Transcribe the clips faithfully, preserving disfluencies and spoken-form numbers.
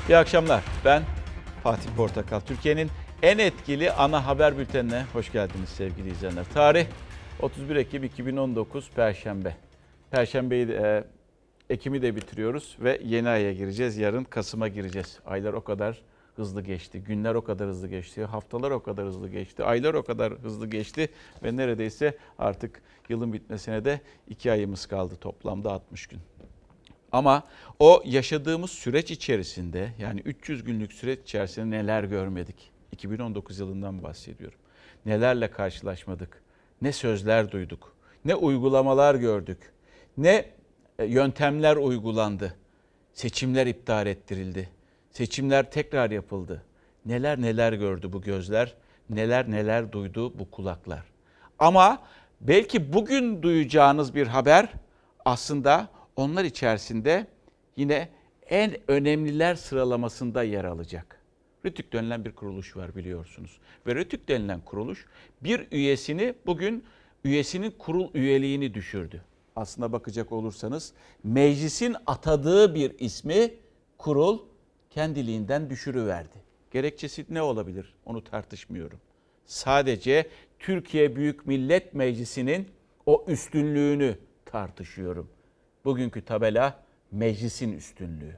İyi akşamlar. Ben Fatih Portakal. Türkiye'nin en etkili ana haber bültenine hoş geldiniz sevgili izleyenler. Tarih otuz bir Ekim iki bin on dokuz Perşembe. Perşembeyi de, e, Ekim'i de bitiriyoruz ve yeni aya gireceğiz. Yarın Kasım'a gireceğiz. Aylar o kadar hızlı geçti. Günler o kadar hızlı geçti. Haftalar o kadar hızlı geçti. Aylar o kadar hızlı geçti. Ve neredeyse artık yılın bitmesine de iki ayımız kaldı. Toplamda altmış gün. Ama o yaşadığımız süreç içerisinde, yani üç yüz günlük süreç içerisinde neler görmedik? iki bin on dokuz yılından bahsediyorum. Nelerle karşılaşmadık? Ne sözler duyduk? Ne uygulamalar gördük? Ne yöntemler uygulandı? Seçimler iptal ettirildi. Seçimler tekrar yapıldı. Neler neler gördü bu gözler? Neler neler duydu bu kulaklar? Ama belki bugün duyacağınız bir haber aslında onlar içerisinde yine en önemliler sıralamasında yer alacak. RTÜK denilen bir kuruluş var biliyorsunuz. Ve RTÜK denilen kuruluş bir üyesini bugün üyesinin kurul üyeliğini düşürdü. Aslına bakacak olursanız meclisin atadığı bir ismi kurul kendiliğinden düşürüverdi. Gerekçesi ne olabilir onu tartışmıyorum. Sadece Türkiye Büyük Millet Meclisi'nin o üstünlüğünü tartışıyorum. Bugünkü tabela meclisin üstünlüğü.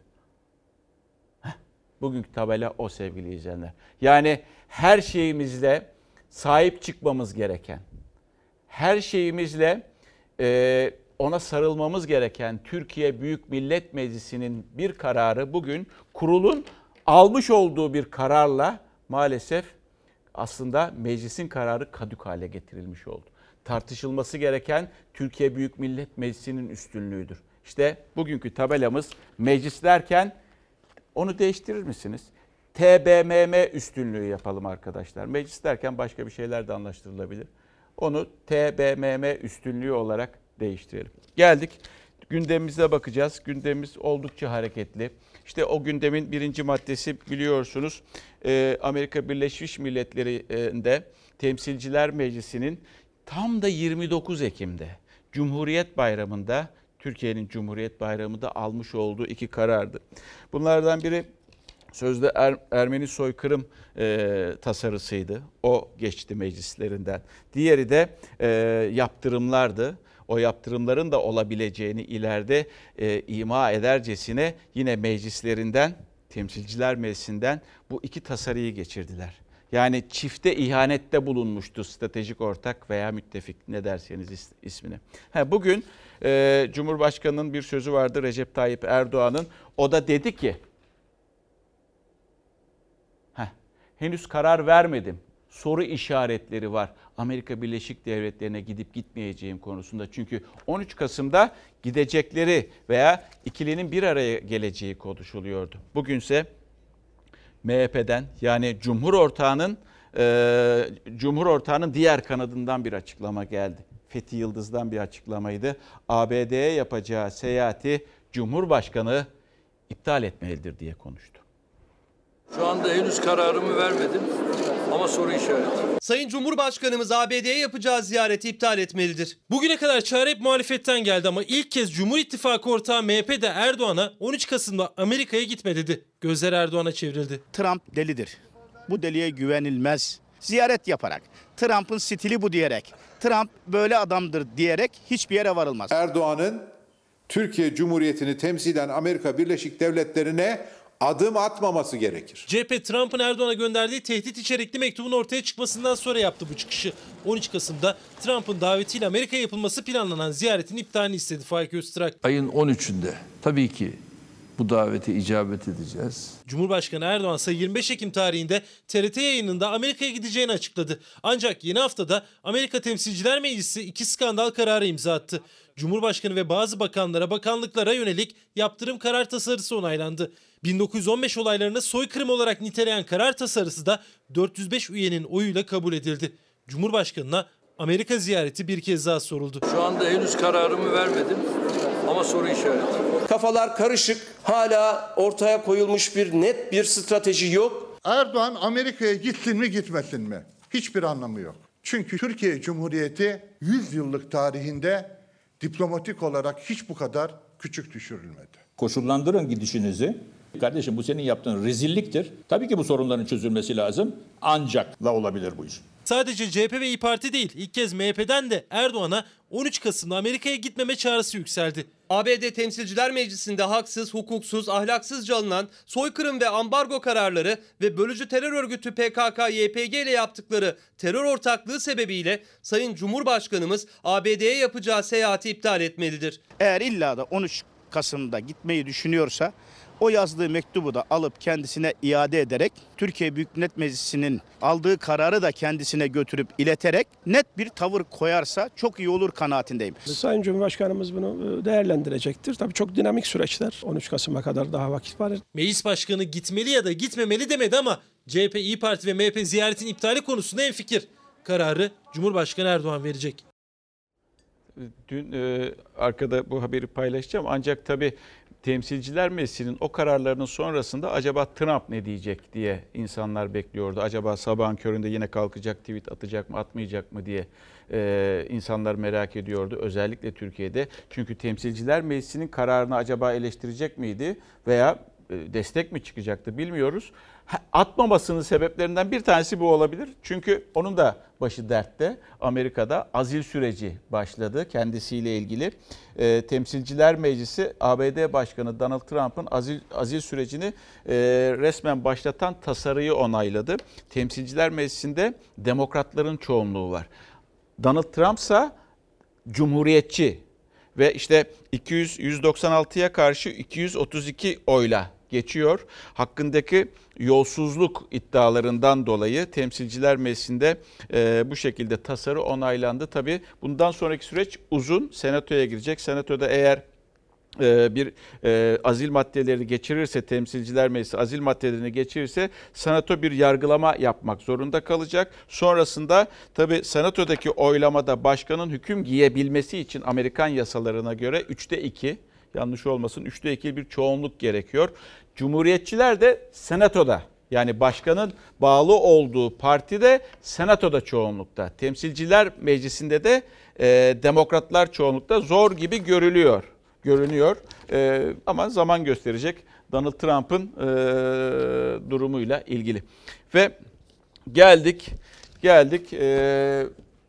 Heh, bugünkü tabela o sevgili izleyenler. Yani her şeyimizle sahip çıkmamız gereken, her şeyimizle e, ona sarılmamız gereken Türkiye Büyük Millet Meclisi'nin bir kararı bugün kurulun almış olduğu bir kararla maalesef aslında meclisin kararı kadük hale getirilmiş oldu. Tartışılması gereken Türkiye Büyük Millet Meclisi'nin üstünlüğüdür. İşte bugünkü tabelamız meclis derken onu değiştirir misiniz? T B M M üstünlüğü yapalım arkadaşlar. Meclis derken başka bir şeyler de anlaştırılabilir. Onu T B M M üstünlüğü olarak değiştirelim. Geldik gündemimize bakacağız. Gündemimiz oldukça hareketli. İşte o gündemin birinci maddesi biliyorsunuz Amerika Birleşmiş Milletleri'nde Temsilciler Meclisi'nin tam da yirmi dokuz Ekim'de Cumhuriyet Bayramı'nda Türkiye'nin Cumhuriyet Bayramı'nda almış olduğu iki karardı. Bunlardan biri sözde er, Ermeni soykırım e, tasarısıydı. O geçti meclislerinden. Diğeri de e, yaptırımlardı. O yaptırımların da olabileceğini ileride e, ima edercesine yine meclislerinden, Temsilciler Meclisi'nden bu iki tasarıyı geçirdiler. Yani çifte ihanette bulunmuştu stratejik ortak veya müttefik ne derseniz ismini. Ha, bugün e, Cumhurbaşkanı'nın bir sözü vardı Recep Tayyip Erdoğan'ın. O da dedi ki heh, henüz karar vermedim. Soru işaretleri var. Amerika Birleşik Devletleri'ne gidip gitmeyeceğim konusunda. Çünkü on üç Kasım'da gidecekleri veya ikilinin bir araya geleceği konuşuluyordu. Bugünse M H P'den yani Cumhur Ortağı'nın e, Cumhur Ortağı'nın diğer kanadından bir açıklama geldi. Fethi Yıldız'dan bir açıklamaydı. A B D'ye yapacağı seyahati Cumhurbaşkanı iptal etmelidir diye konuştu. Şu anda henüz kararımı vermedim ama soru işareti. Sayın Cumhurbaşkanımız A B D'ye yapacağı ziyareti iptal etmelidir. Bugüne kadar çağrı hep muhalefetten geldi ama ilk kez Cumhur İttifakı ortağı M H P de Erdoğan'a on üç Kasım'da Amerika'ya gitme dedi. Gözler Erdoğan'a çevrildi. Trump delidir. Bu deliye güvenilmez. Ziyaret yaparak, Trump'ın stili bu diyerek, Trump böyle adamdır diyerek hiçbir yere varılmaz. Erdoğan'ın Türkiye Cumhuriyeti'ni temsilen Amerika Birleşik Devletleri'ne adım atmaması gerekir. C H P Trump'ın Erdoğan'a gönderdiği tehdit içerikli mektubun ortaya çıkmasından sonra yaptı bu çıkışı. on üç Kasım'da Trump'ın davetiyle Amerika'ya yapılması planlanan ziyaretin iptalini istedi Faik Öztürk. Ayın on üçünde tabii ki bu davete icabet edeceğiz. Cumhurbaşkanı Erdoğan ise yirmi beş Ekim tarihinde T R T yayınında Amerika'ya gideceğini açıkladı. Ancak yeni haftada Amerika Temsilciler Meclisi iki skandal kararı imza attı. Cumhurbaşkanı ve bazı bakanlara, bakanlıklara yönelik yaptırım karar tasarısı onaylandı. bin dokuz yüz on beş olaylarını soykırım olarak niteleyen karar tasarısı da dört yüz beş üyenin oyuyla kabul edildi. Cumhurbaşkanına Amerika ziyareti bir kez daha soruldu. Şu anda henüz kararımı vermedim ama soru işareti. Kafalar karışık, hala ortaya koyulmuş bir net bir strateji yok. Erdoğan Amerika'ya gitsin mi gitmesin mi? Hiçbir anlamı yok. Çünkü Türkiye Cumhuriyeti yüz yıllık tarihinde diplomatik olarak hiç bu kadar küçük düşürülmedi. Koşullandırın gidişinizi. Kardeşim bu senin yaptığın rezilliktir. Tabii ki bu sorunların çözülmesi lazım. Ancakla olabilir bu iş. Sadece C H P ve İYİ Parti değil, ilk kez M H P'den de Erdoğan'a on üç Kasım'da Amerika'ya gitmeme çağrısı yükseldi. A B D Temsilciler Meclisi'nde haksız, hukuksuz, ahlaksızca alınan soykırım ve ambargo kararları ve bölücü terör örgütü P K K Y P G ile yaptıkları terör ortaklığı sebebiyle Sayın Cumhurbaşkanımız A B D'ye yapacağı seyahati iptal etmelidir. Eğer illa da on üç Kasım'da gitmeyi düşünüyorsa o yazdığı mektubu da alıp kendisine iade ederek Türkiye Büyük Millet Meclisi'nin aldığı kararı da kendisine götürüp ileterek net bir tavır koyarsa çok iyi olur kanaatindeyim. Sayın Cumhurbaşkanımız bunu değerlendirecektir. Tabii çok dinamik süreçler. on üç Kasım'a kadar daha vakit var. Meclis Başkanı gitmeli ya da gitmemeli demedi ama C H P, İYİ Parti ve M H P ziyaretin iptali konusunda hemfikir. Kararı Cumhurbaşkanı Erdoğan verecek. Dün e, arkada bu haberi paylaşacağım ancak tabii Temsilciler Meclisi'nin o kararlarının sonrasında acaba Trump ne diyecek diye insanlar bekliyordu. Acaba sabahın köründe yine kalkacak, tweet atacak mı atmayacak mı diye e, insanlar merak ediyordu. Özellikle Türkiye'de. Çünkü Temsilciler Meclisi'nin kararını acaba eleştirecek miydi veya e, destek mi çıkacaktı bilmiyoruz. Atmamasının sebeplerinden bir tanesi bu olabilir. Çünkü onun da başı dertte. Amerika'da azil süreci başladı kendisiyle ilgili. E, Temsilciler Meclisi A B D Başkanı Donald Trump'ın azil, azil sürecini e, resmen başlatan tasarıyı onayladı. Temsilciler Meclisi'nde demokratların çoğunluğu var. Donald Trump ise cumhuriyetçi ve işte iki yüz yüz doksan altıya karşı iki yüz otuz iki oyla geçiyor. Hakkındaki yolsuzluk iddialarından dolayı Temsilciler Meclisi'nde e, bu şekilde tasarı onaylandı. Tabii bundan sonraki süreç uzun. Senatoya girecek. Senatoda eğer e, bir e, azil maddeleri geçirirse, Temsilciler Meclisi azil maddelerini geçirirse Senato bir yargılama yapmak zorunda kalacak. Sonrasında tabii Senato'daki oylamada başkanın hüküm giyebilmesi için Amerikan yasalarına göre üçte iki, yanlış olmasın, üçte iki bir çoğunluk gerekiyor. Cumhuriyetçiler de Senato'da, yani başkanın bağlı olduğu partide Senato'da çoğunlukta. Temsilciler Meclisi'nde de e, demokratlar çoğunlukta, zor gibi görülüyor. Görünüyor e, ama zaman gösterecek Donald Trump'ın e, durumuyla ilgili. Ve geldik, geldik e,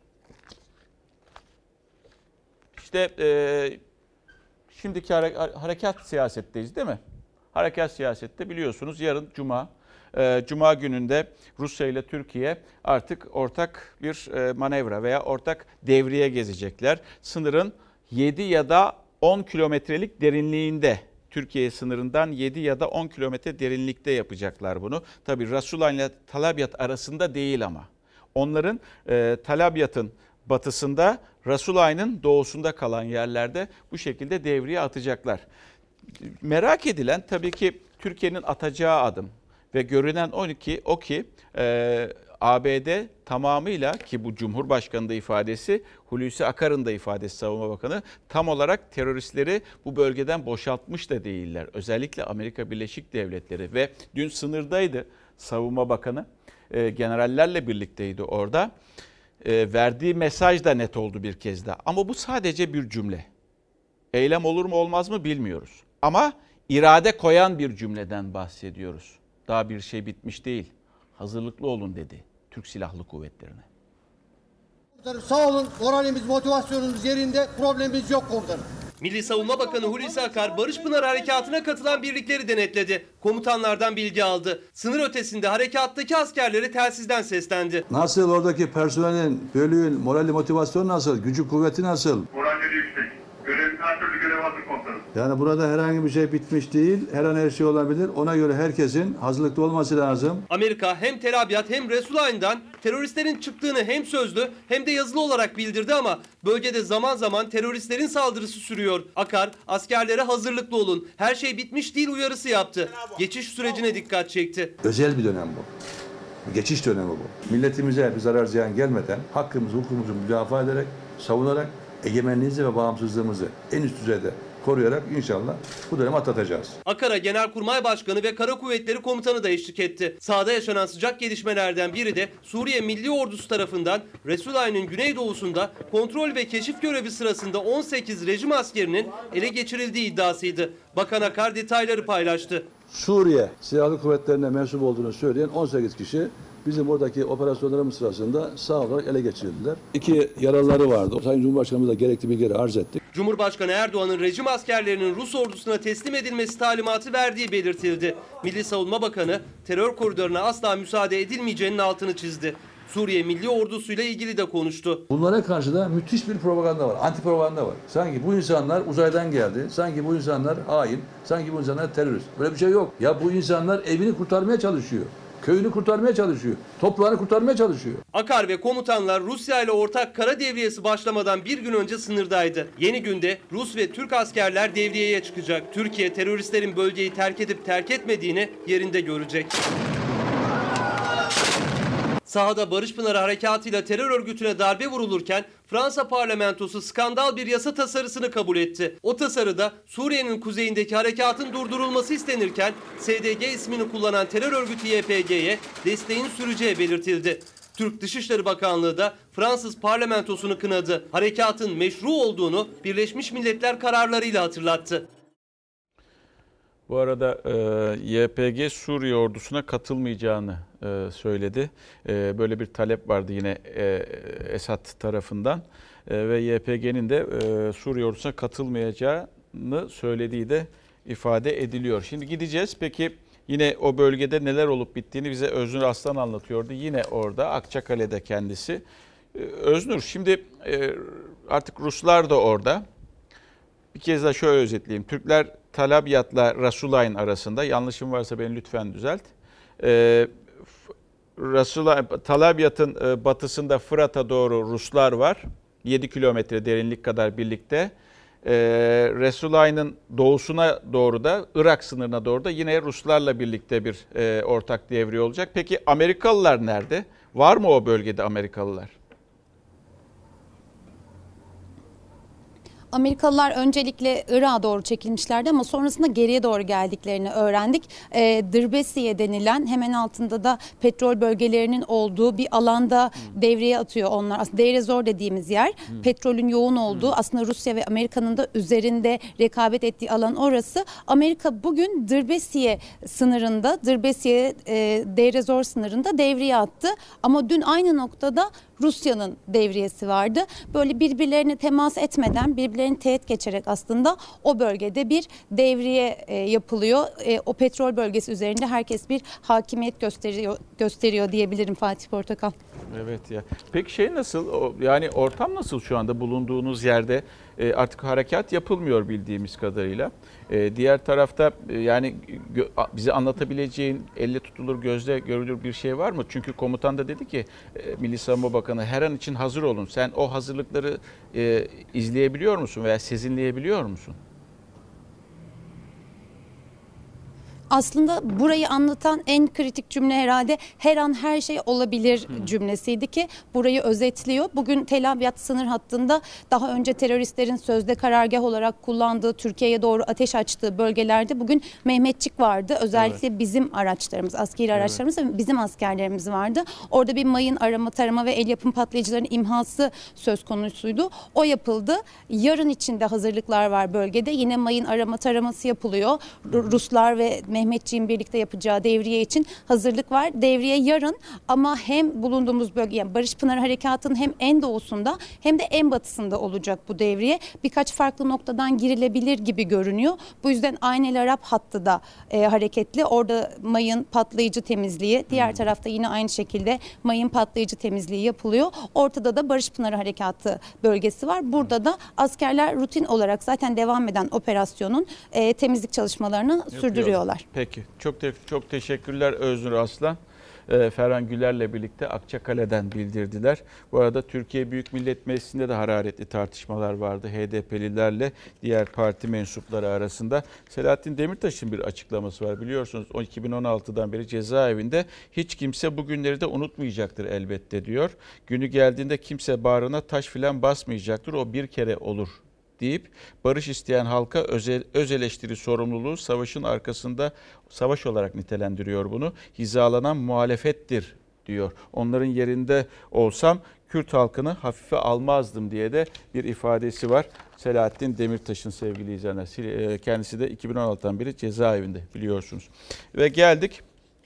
işte e, şimdiki harekat siyasetteyiz değil mi? Harekat siyasette biliyorsunuz yarın Cuma. Cuma gününde Rusya ile Türkiye artık ortak bir manevra veya ortak devriye gezecekler. Sınırın yedi ya da on kilometrelik derinliğinde, Türkiye sınırından yedi ya da on kilometre derinlikte yapacaklar bunu. Tabii Rasulayn ile Talabyat arasında değil ama. Onların e, Talabyat'ın batısında, Rasulayn'ın doğusunda kalan yerlerde bu şekilde devriye atacaklar. Merak edilen tabii ki Türkiye'nin atacağı adım ve görünen o ki, o ki e, A B D tamamıyla, ki bu Cumhurbaşkanı da ifadesi, Hulusi Akar'ın da ifadesi, Savunma Bakanı, tam olarak teröristleri bu bölgeden boşaltmış da değiller. Özellikle Amerika Birleşik Devletleri ve dün sınırdaydı Savunma Bakanı, e, generallerle birlikteydi orada. E, verdiği mesaj da net oldu bir kez daha. Ama bu sadece bir cümle. Eylem olur mu olmaz mı bilmiyoruz. Ama irade koyan bir cümleden bahsediyoruz. Daha bir şey bitmiş değil. Hazırlıklı olun dedi Türk Silahlı Kuvvetleri'ne. Sağ olun, moralimiz, motivasyonumuz yerinde, problemimiz yok komutanım. Milli Savunma Bakanı Hulusi Akar, Barış Pınar Harekatı'na katılan birlikleri denetledi. Komutanlardan bilgi aldı. Sınır ötesinde harekattaki askerleri telsizden seslendi. Nasıl oradaki personelin, bölüğün morali, motivasyonu nasıl, gücü kuvveti nasıl? Moralleri yüksek. Görev, her türlü görev hazır komutanım. Yani burada herhangi bir şey bitmiş değil, her an her şey olabilir. Ona göre herkesin hazırlıklı olması lazım. Amerika hem Tel Abyad hem Resulayn'dan teröristlerin çıktığını hem sözlü hem de yazılı olarak bildirdi ama bölgede zaman zaman teröristlerin saldırısı sürüyor. Akar, askerlere hazırlıklı olun, her şey bitmiş değil uyarısı yaptı. Geçiş sürecine dikkat çekti. Özel bir dönem bu. Geçiş dönemi bu. Milletimize bir zarar ziyan gelmeden hakkımızı, hukukumuzu müdafaa ederek, savunarak egemenliğimizi ve bağımsızlığımızı en üst düzeyde koruyarak inşallah bu dönemi atlatacağız. Akar'a Genelkurmay Başkanı ve Kara Kuvvetleri Komutanı da eşlik etti. Sahada yaşanan sıcak gelişmelerden biri de Suriye Milli Ordusu tarafından Resulayn'ın güneydoğusunda kontrol ve keşif görevi sırasında on sekiz rejim askerinin ele geçirildiği iddiasıydı. Bakan Akar detayları paylaştı. Suriye Silahlı Kuvvetlerine mensup olduğunu söyleyen on sekiz kişi bizim oradaki operasyonlarımız sırasında sağ olarak ele geçirildiler. İki yaralıları vardı. Sayın Cumhurbaşkanımız da gerekli bilgileri arz ettik. Cumhurbaşkanı Erdoğan'ın rejim askerlerinin Rus ordusuna teslim edilmesi talimatı verdiği belirtildi. Milli Savunma Bakanı terör koridoruna asla müsaade edilmeyeceğinin altını çizdi. Suriye Milli Ordusu'yla ilgili de konuştu. Bunlara karşı da müthiş bir propaganda var, anti propaganda var. Sanki bu insanlar uzaydan geldi, sanki bu insanlar hain, sanki bu insanlar terörist. Böyle bir şey yok. Ya bu insanlar evini kurtarmaya çalışıyor. Köyünü kurtarmaya çalışıyor. Toprağını kurtarmaya çalışıyor. Akar ve komutanlar Rusya ile ortak kara devriyesi başlamadan bir gün önce sınırdaydı. Yeni günde Rus ve Türk askerler devriyeye çıkacak. Türkiye teröristlerin bölgeyi terk edip terk etmediğini yerinde görecek. Sahada Barış Pınarı harekatıyla terör örgütüne darbe vurulurken Fransa parlamentosu skandal bir yasa tasarısını kabul etti. O tasarıda Suriye'nin kuzeyindeki harekatın durdurulması istenirken S D G ismini kullanan terör örgütü Y P G'ye desteğin süreceği belirtildi. Türk Dışişleri Bakanlığı da Fransız parlamentosunu kınadı. Harekatın meşru olduğunu Birleşmiş Milletler kararlarıyla hatırlattı. Bu arada e, Y P G Suriye ordusuna katılmayacağını e, söyledi. E, böyle bir talep vardı yine e, Esad tarafından e, ve Y P G'nin de e, Suriye ordusuna katılmayacağını söylediği de ifade ediliyor. Şimdi gideceğiz. Peki yine o bölgede neler olup bittiğini bize Öznur Aslan anlatıyordu. Yine orada Akçakale'de kendisi. E, Öznur, şimdi e, artık Ruslar da orada. Bir kez daha şöyle özetleyeyim. Türkler Talabyat'la Rasulayn arasında, yanlışım varsa beni lütfen düzelt. Ee, Rasulayn, Talabyat'ın e, batısında Fırat'a doğru Ruslar var. yedi kilometre derinlik kadar birlikte. Ee, Rasulayn'ın doğusuna doğru da, Irak sınırına doğru da yine Ruslarla birlikte bir e, ortak devriye olacak. Peki Amerikalılar nerede? Var mı o bölgede Amerikalılar? Amerikalılar öncelikle Irak'a doğru çekilmişlerdi ama sonrasında geriye doğru geldiklerini öğrendik. E, Dırbesiye denilen hemen altında da petrol bölgelerinin olduğu bir alanda hmm. devreye atıyor onlar. Aslında Deir ez-Zor dediğimiz yer hmm. petrolün yoğun olduğu hmm. aslında Rusya ve Amerika'nın da üzerinde rekabet ettiği alan orası. Amerika bugün Dırbesiye sınırında, Dırbesiye e, Deir ez-Zor sınırında devreye attı. Ama dün aynı noktada Rusya'nın devriyesi vardı. Böyle birbirlerine temas etmeden, birbirlerini teğet geçerek aslında o bölgede bir devriye e, yapılıyor. E, o petrol bölgesi üzerinde herkes bir hakimiyet gösteriyor gösteriyor diyebilirim Fatih Portakal. Evet ya. Peki şey nasıl? O, yani ortam nasıl şu anda bulunduğunuz yerde? E, artık harekat yapılmıyor bildiğimiz kadarıyla. E, diğer tarafta e, yani gö, bize anlatabileceğin elle tutulur gözle görülür bir şey var mı? Çünkü komutan da dedi ki e, Milli Savunma Bakanı her an için hazır olun. Sen o hazırlıkları e, izleyebiliyor musun veya sezinleyebiliyor musun? Aslında burayı anlatan en kritik cümle herhalde her an her şey olabilir hmm. cümlesiydi ki burayı özetliyor. Bugün Tel Abyad sınır hattında daha önce teröristlerin sözde karargah olarak kullandığı, Türkiye'ye doğru ateş açtığı bölgelerde bugün Mehmetçik vardı. Özellikle evet. bizim araçlarımız, askeri evet. araçlarımız ve bizim askerlerimiz vardı. Orada bir mayın arama, tarama ve el yapım patlayıcıların imhası söz konusuydu. O yapıldı. Yarın içinde hazırlıklar var bölgede. Yine mayın arama taraması yapılıyor. Ruslar ve Mehmetçiğin birlikte yapacağı devriye için hazırlık var. Devriye yarın ama hem bulunduğumuz bölge, yani Barış Pınarı Harekatı'nın hem en doğusunda hem de en batısında olacak bu devriye. Birkaç farklı noktadan girilebilir gibi görünüyor. Bu yüzden Aynel Arap hattı da e, hareketli. Orada mayın patlayıcı temizliği, diğer hmm. tarafta yine aynı şekilde mayın patlayıcı temizliği yapılıyor. Ortada da Barış Pınarı Harekatı bölgesi var. Burada da askerler rutin olarak zaten devam eden operasyonun e, temizlik çalışmalarını Yapıyor. sürdürüyorlar. Peki. Çok te- çok teşekkürler Öznur Aslan. Ee, Ferhan Güler'le birlikte Akçakale'den bildirdiler. Bu arada Türkiye Büyük Millet Meclisi'nde de hararetli tartışmalar vardı. H D P'lilerle diğer parti mensupları arasında. Selahattin Demirtaş'ın bir açıklaması var. Biliyorsunuz o iki bin on altıdan beri cezaevinde, hiç kimse bu günleri de unutmayacaktır elbette diyor. Günü geldiğinde kimse bağrına taş filan basmayacaktır. O bir kere olur deyip barış isteyen halka özel, öz eleştiri sorumluluğu savaşın arkasında savaş olarak nitelendiriyor bunu. Hizalanan muhalefettir diyor. Onların yerinde olsam Kürt halkını hafife almazdım diye de bir ifadesi var. Selahattin Demirtaş'ın sevgili izleyenler. Kendisi de iki bin on altıdan beri cezaevinde biliyorsunuz. Ve geldik.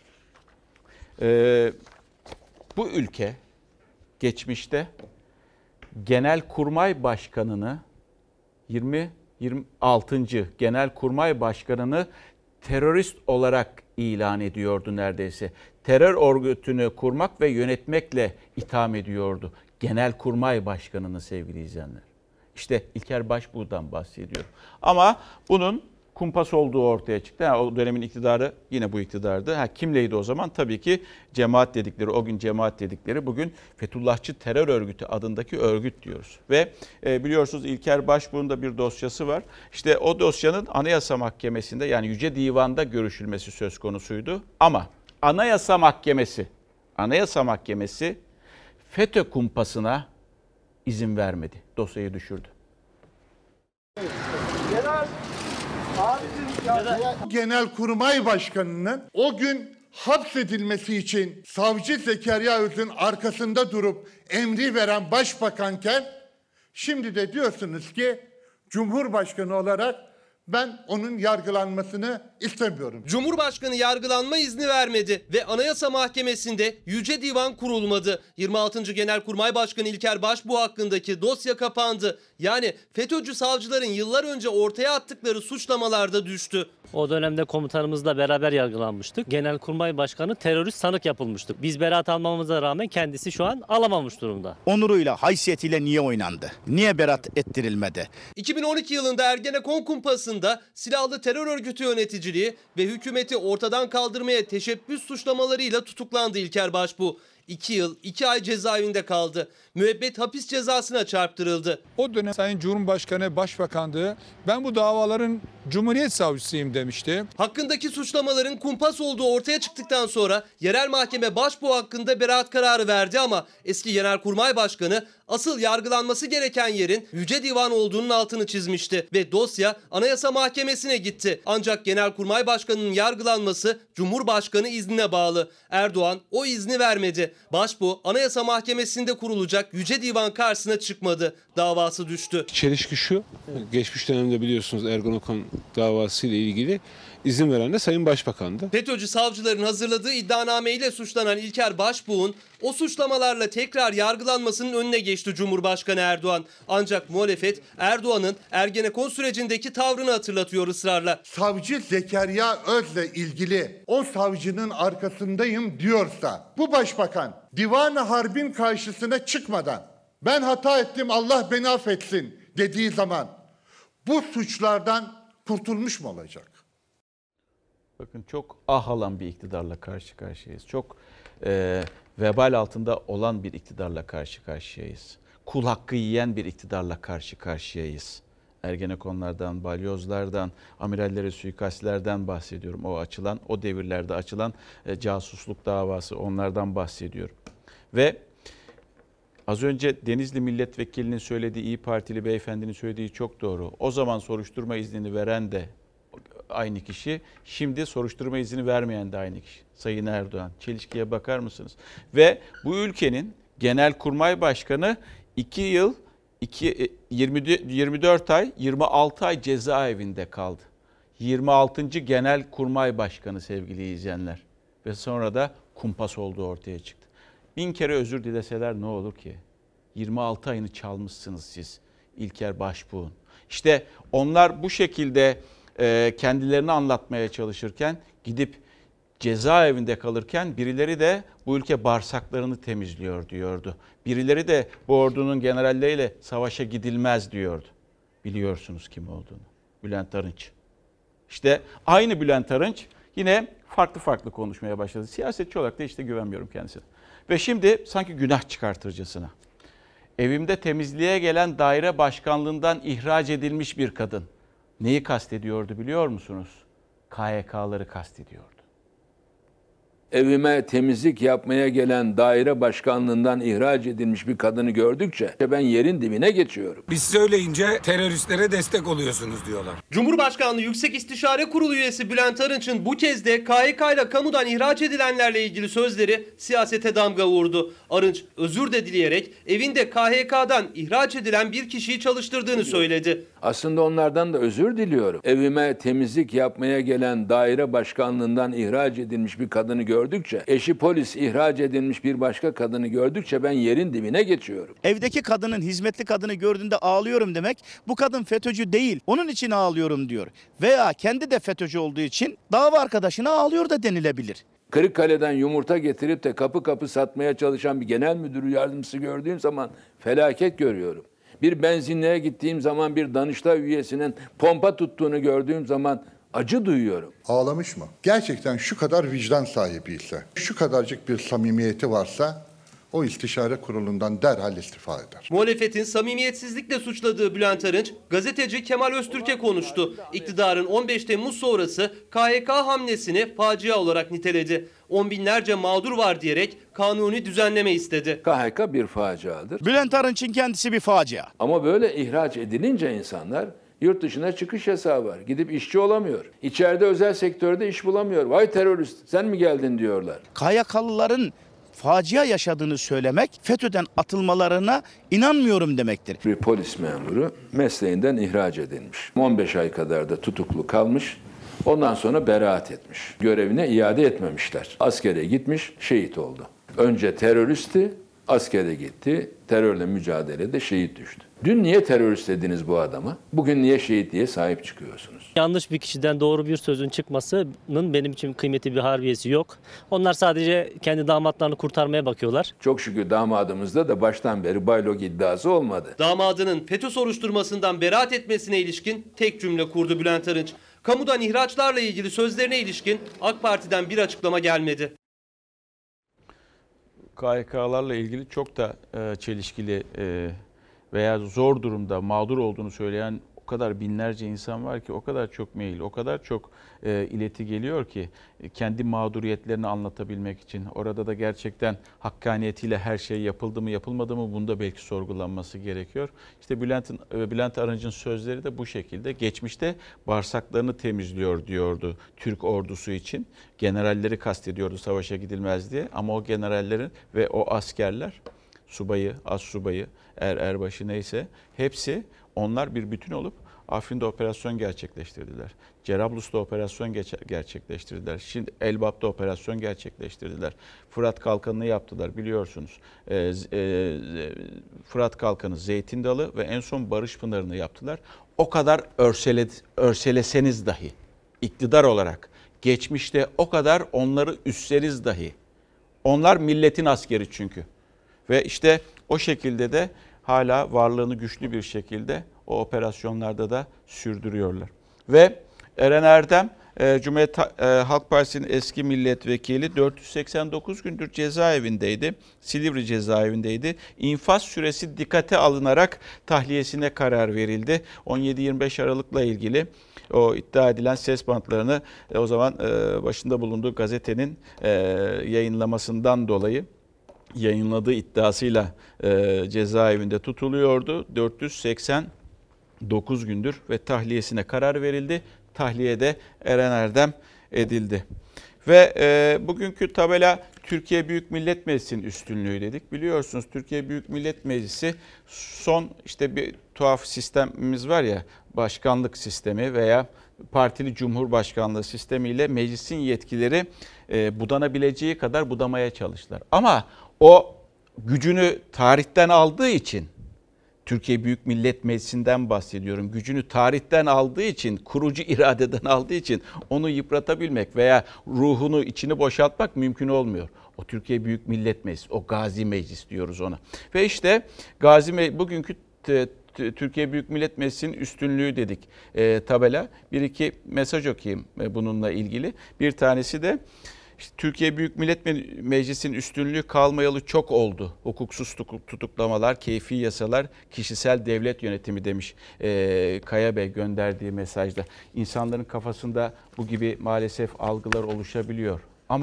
Ee, bu ülke geçmişte Genelkurmay Başkanı'nı yirmi yirmi altıncı Genelkurmay Başkanı'nı terörist olarak ilan ediyordu neredeyse. Terör örgütünü kurmak ve yönetmekle itham ediyordu Genelkurmay Başkanı'nı sevgili izleyenler. İşte İlker Başbuğ'dan bahsediyor. Ama bunun kumpas olduğu ortaya çıktı. Yani o dönemin iktidarı yine bu iktidardı. Ha, kimleydi o zaman? Tabii ki cemaat dedikleri, o gün cemaat dedikleri bugün Fethullahçı Terör Örgütü adındaki örgüt diyoruz. Ve e, biliyorsunuz İlker Başbuğ'un da bir dosyası var. İşte o dosyanın Anayasa Mahkemesi'nde yani Yüce Divan'da görüşülmesi söz konusuydu. Ama Anayasa Mahkemesi, Anayasa Mahkemesi FETÖ kumpasına izin vermedi. Dosyayı düşürdü. Genelkurmay Başkanı'nın o gün hapsedilmesi için savcı Zekeriya Öz'ün arkasında durup emri veren başbakanken şimdi de diyorsunuz ki Cumhurbaşkanı olarak ben onun yargılanmasını istemiyorum. Cumhurbaşkanı yargılanma izni vermedi ve Anayasa Mahkemesi'nde Yüce Divan kurulmadı. yirmi altıncı Genelkurmay Başkanı İlker Başbuğ hakkındaki dosya kapandı. Yani FETÖ'cü savcıların yıllar önce ortaya attıkları suçlamalarda düştü. O dönemde komutanımızla beraber yargılanmıştık. Genelkurmay Başkanı terörist sanık yapılmıştık. Biz beraat almamıza rağmen kendisi şu an alamamış durumda. Onuruyla, haysiyetiyle niye oynandı? Niye beraat ettirilmedi? iki bin on iki yılında Ergenekon kumpasında silahlı terör örgütü yöneticiliği ve hükümeti ortadan kaldırmaya teşebbüs suçlamalarıyla tutuklandı İlker Başbuğ. iki yıl iki ay cezaevinde kaldı. Müebbet hapis cezasına çarptırıldı. O dönem Sayın Cumhurbaşkanı Başbakandı. Ben bu davaların Cumhuriyet Savcısıyım demişti. Hakkındaki suçlamaların kumpas olduğu ortaya çıktıktan sonra yerel mahkeme Başbuğ hakkında beraat kararı verdi ama eski Genelkurmay Başkanı asıl yargılanması gereken yerin Yüce Divan olduğunun altını çizmişti ve dosya Anayasa Mahkemesi'ne gitti. Ancak Genelkurmay Başkanı'nın yargılanması Cumhurbaşkanı iznine bağlı. Erdoğan o izni vermedi. Başbuğ Anayasa Mahkemesi'nde kurulacak Yüce Divan karşısına çıkmadı. Davası düştü. Çelişki şu, geçmiş dönemde biliyorsunuz Ergenekon davası ile ilgili izin veren de Sayın Başbakan'dı. FETÖ'cü savcıların hazırladığı iddianameyle suçlanan İlker Başbuğ'un o suçlamalarla tekrar yargılanmasının önüne geçti Cumhurbaşkanı Erdoğan. Ancak muhalefet Erdoğan'ın Ergenekon sürecindeki tavrını hatırlatıyor ısrarla. Savcı Zekeriya Öz'le ilgili o savcının arkasındayım diyorsa bu başbakan Divan-ı Harbin karşısına çıkmadan ben hata ettim Allah beni affetsin dediği zaman bu suçlardan kurtulmuş mu olacak? Bakın çok ah alan bir iktidarla karşı karşıyayız. Çok e, vebal altında olan bir iktidarla karşı karşıyayız. Kul hakkı yiyen bir iktidarla karşı karşıyayız. Ergenekonlardan, balyozlardan, amirallere suikastlerden bahsediyorum. O açılan, o devirlerde açılan e, casusluk davası onlardan bahsediyorum. Ve az önce Denizli Milletvekilinin söylediği, İYİ Partili beyefendinin söylediği çok doğru. O zaman soruşturma iznini veren de aynı kişi, şimdi soruşturma izni vermeyen de aynı kişi. Sayın Erdoğan, çelişkiye bakar mısınız? Ve bu ülkenin Genelkurmay Başkanı iki yıl, yirmi dört ay, yirmi altı ay cezaevinde kaldı. yirmi altıncı Genelkurmay Başkanı sevgili izleyenler. Ve sonra da kumpas olduğu ortaya çıktı. Bin kere özür dileseler ne olur ki? yirmi altı ayını çalmışsınız siz İlker Başbuğ'un. İşte onlar bu şekilde kendilerini anlatmaya çalışırken gidip cezaevinde kalırken birileri de bu ülke bağırsaklarını temizliyor diyordu. Birileri de bu ordunun generalleriyle savaşa gidilmez diyordu. Biliyorsunuz kim olduğunu. Bülent Arınç. İşte aynı Bülent Arınç yine farklı farklı konuşmaya başladı. Siyasetçi olarak da işte güvenmiyorum kendisine. Ve şimdi sanki günah çıkartırcasına. Evimde temizliğe gelen daire başkanlığından ihraç edilmiş bir kadın. Neyi kastediyordu biliyor musunuz? K Y K'ları kastediyordu. Evime temizlik yapmaya gelen daire başkanlığından ihraç edilmiş bir kadını gördükçe ben yerin dibine geçiyorum. Biz söyleyince teröristlere destek oluyorsunuz diyorlar. Cumhurbaşkanlığı Yüksek İstişare Kurulu üyesi Bülent Arınç'ın bu kez de K H K ile kamudan ihraç edilenlerle ilgili sözleri siyasete damga vurdu. Arınç özür de dileyerek evinde K H K'dan ihraç edilen bir kişiyi çalıştırdığını söyledi. Aslında onlardan da özür diliyorum. Evime temizlik yapmaya gelen daire başkanlığından ihraç edilmiş bir kadını gördükçe, eşi polis ihraç edilmiş bir başka kadını gördükçe ben yerin dibine geçiyorum. Evdeki kadının, hizmetli kadını gördüğünde ağlıyorum demek, bu kadın FETÖ'cü değil, onun için ağlıyorum diyor. Veya kendi de FETÖ'cü olduğu için dava arkadaşına ağlıyor da denilebilir. Kırıkkale'den yumurta getirip de kapı kapı satmaya çalışan bir genel müdür yardımcısı gördüğüm zaman felaket görüyorum. Bir benzinliğe gittiğim zaman bir Danıştay üyesinin pompa tuttuğunu gördüğüm zaman acı duyuyorum. Ağlamış mı? Gerçekten şu kadar vicdan sahibi ise, şu kadarcık bir samimiyeti varsa o istişare kurulundan derhal istifa eder. Muhalefetin samimiyetsizlikle suçladığı Bülent Arınç, gazeteci Kemal Öztürk'e konuştu. İktidarın on beş Temmuz sonrası K H K hamlesini facia olarak niteledi. On binlerce mağdur var diyerek kanuni düzenleme istedi. K H K bir faciadır. Bülent Arınç'ın kendisi bir facia. Ama böyle ihraç edilince insanlar yurt dışına çıkış yasağı var. Gidip işçi olamıyor. İçeride özel sektörde iş bulamıyor. Vay terörist sen mi geldin diyorlar. K Y K'lıların facia yaşadığını söylemek, FETÖ'den atılmalarına inanmıyorum demektir. Bir polis memuru mesleğinden ihraç edilmiş. on beş ay kadar da tutuklu kalmış. Ondan sonra beraat etmiş. Görevine iade etmemişler. Askere gitmiş, şehit oldu. Önce teröristti, askere gitti. Terörle mücadelede şehit düştü. Dün niye terörist dediniz bu adama? Bugün niye şehit diye sahip çıkıyorsunuz? Yanlış bir kişiden doğru bir sözün çıkmasının benim için kıymeti bir harbiyesi yok. Onlar sadece kendi damatlarını kurtarmaya bakıyorlar. Çok şükür damadımızda da baştan beri baylok iddiası olmadı. Damadının FETÖ soruşturmasından beraat etmesine ilişkin tek cümle kurdu Bülent Arınç. Kamudan ihraçlarla ilgili sözlerine ilişkin AK Parti'den bir açıklama gelmedi. K H K'larla ilgili çok da e, çelişkili e, veya zor durumda mağdur olduğunu söyleyen o kadar binlerce insan var ki, o kadar çok mail, o kadar çok e, ileti geliyor ki e, kendi mağduriyetlerini anlatabilmek için. Orada da gerçekten hakkaniyetiyle her şey yapıldı mı yapılmadı mı, bunda belki sorgulanması gerekiyor. İşte Bülent'in, e, Bülent Arınç'ın sözleri de bu şekilde. Geçmişte bağırsaklarını temizliyor diyordu Türk ordusu için. Generalleri kastediyordu savaşa gidilmez diye, ama o generallerin ve o askerler, subayı, az subayı, er erbaşı neyse hepsi, onlar bir bütün olup Afrin'de operasyon gerçekleştirdiler. Cerablus'ta operasyon gerçekleştirdiler. Şimdi Elbap'ta operasyon gerçekleştirdiler. Fırat Kalkanı'nı yaptılar biliyorsunuz. Ee, e, Fırat Kalkanı, Zeytin Dalı ve en son Barış Pınarı'nı yaptılar. O kadar örsele, örseleseniz dahi iktidar olarak geçmişte o kadar onları üstseniz dahi, onlar milletin askeri çünkü. Ve işte o şekilde de hala varlığını güçlü bir şekilde o operasyonlarda da sürdürüyorlar. Ve Eren Erdem, Cumhuriyet Halk Partisi'nin eski milletvekili, dört yüz seksen dokuz gündür cezaevindeydi. Silivri cezaevindeydi. İnfaz süresi dikkate alınarak tahliyesine karar verildi. on yedi yirmi beş Aralık'la ilgili o iddia edilen ses bantlarını o zaman başında bulunduğu gazetenin yayınlamasından dolayı yayınladığı iddiasıyla e, cezaevinde tutuluyordu. dört yüz seksen dokuz gündür ve tahliyesine karar verildi. Tahliyede Eren Erdem edildi. Ve e, bugünkü tabela Türkiye Büyük Millet Meclisi'nin üstünlüğü dedik. Biliyorsunuz Türkiye Büyük Millet Meclisi son işte bir tuhaf sistemimiz var ya, başkanlık sistemi veya partili cumhurbaşkanlığı sistemiyle meclisin yetkileri e, budanabileceği kadar budamaya çalıştılar. Ama o gücünü tarihten aldığı için, Türkiye Büyük Millet Meclisi'nden bahsediyorum, gücünü tarihten aldığı için, kurucu iradeden aldığı için onu yıpratabilmek veya ruhunu, içini boşaltmak mümkün olmuyor. O Türkiye Büyük Millet Meclisi, o Gazi Meclis diyoruz ona. Ve işte Gazi Me- bugünkü t- t- Türkiye Büyük Millet Meclisi'nin üstünlüğü dedik e, tabela. Bir iki mesaj okuyayım e, bununla ilgili. Bir tanesi de İşte Türkiye Büyük Millet Meclisi'nin üstünlüğü kalmayalı çok oldu. Hukuksuz tutuklamalar, keyfi yasalar, kişisel devlet yönetimi demiş ee, Kaya Bey gönderdiği mesajda. İnsanların kafasında bu gibi maalesef algılar oluşabiliyor. Ama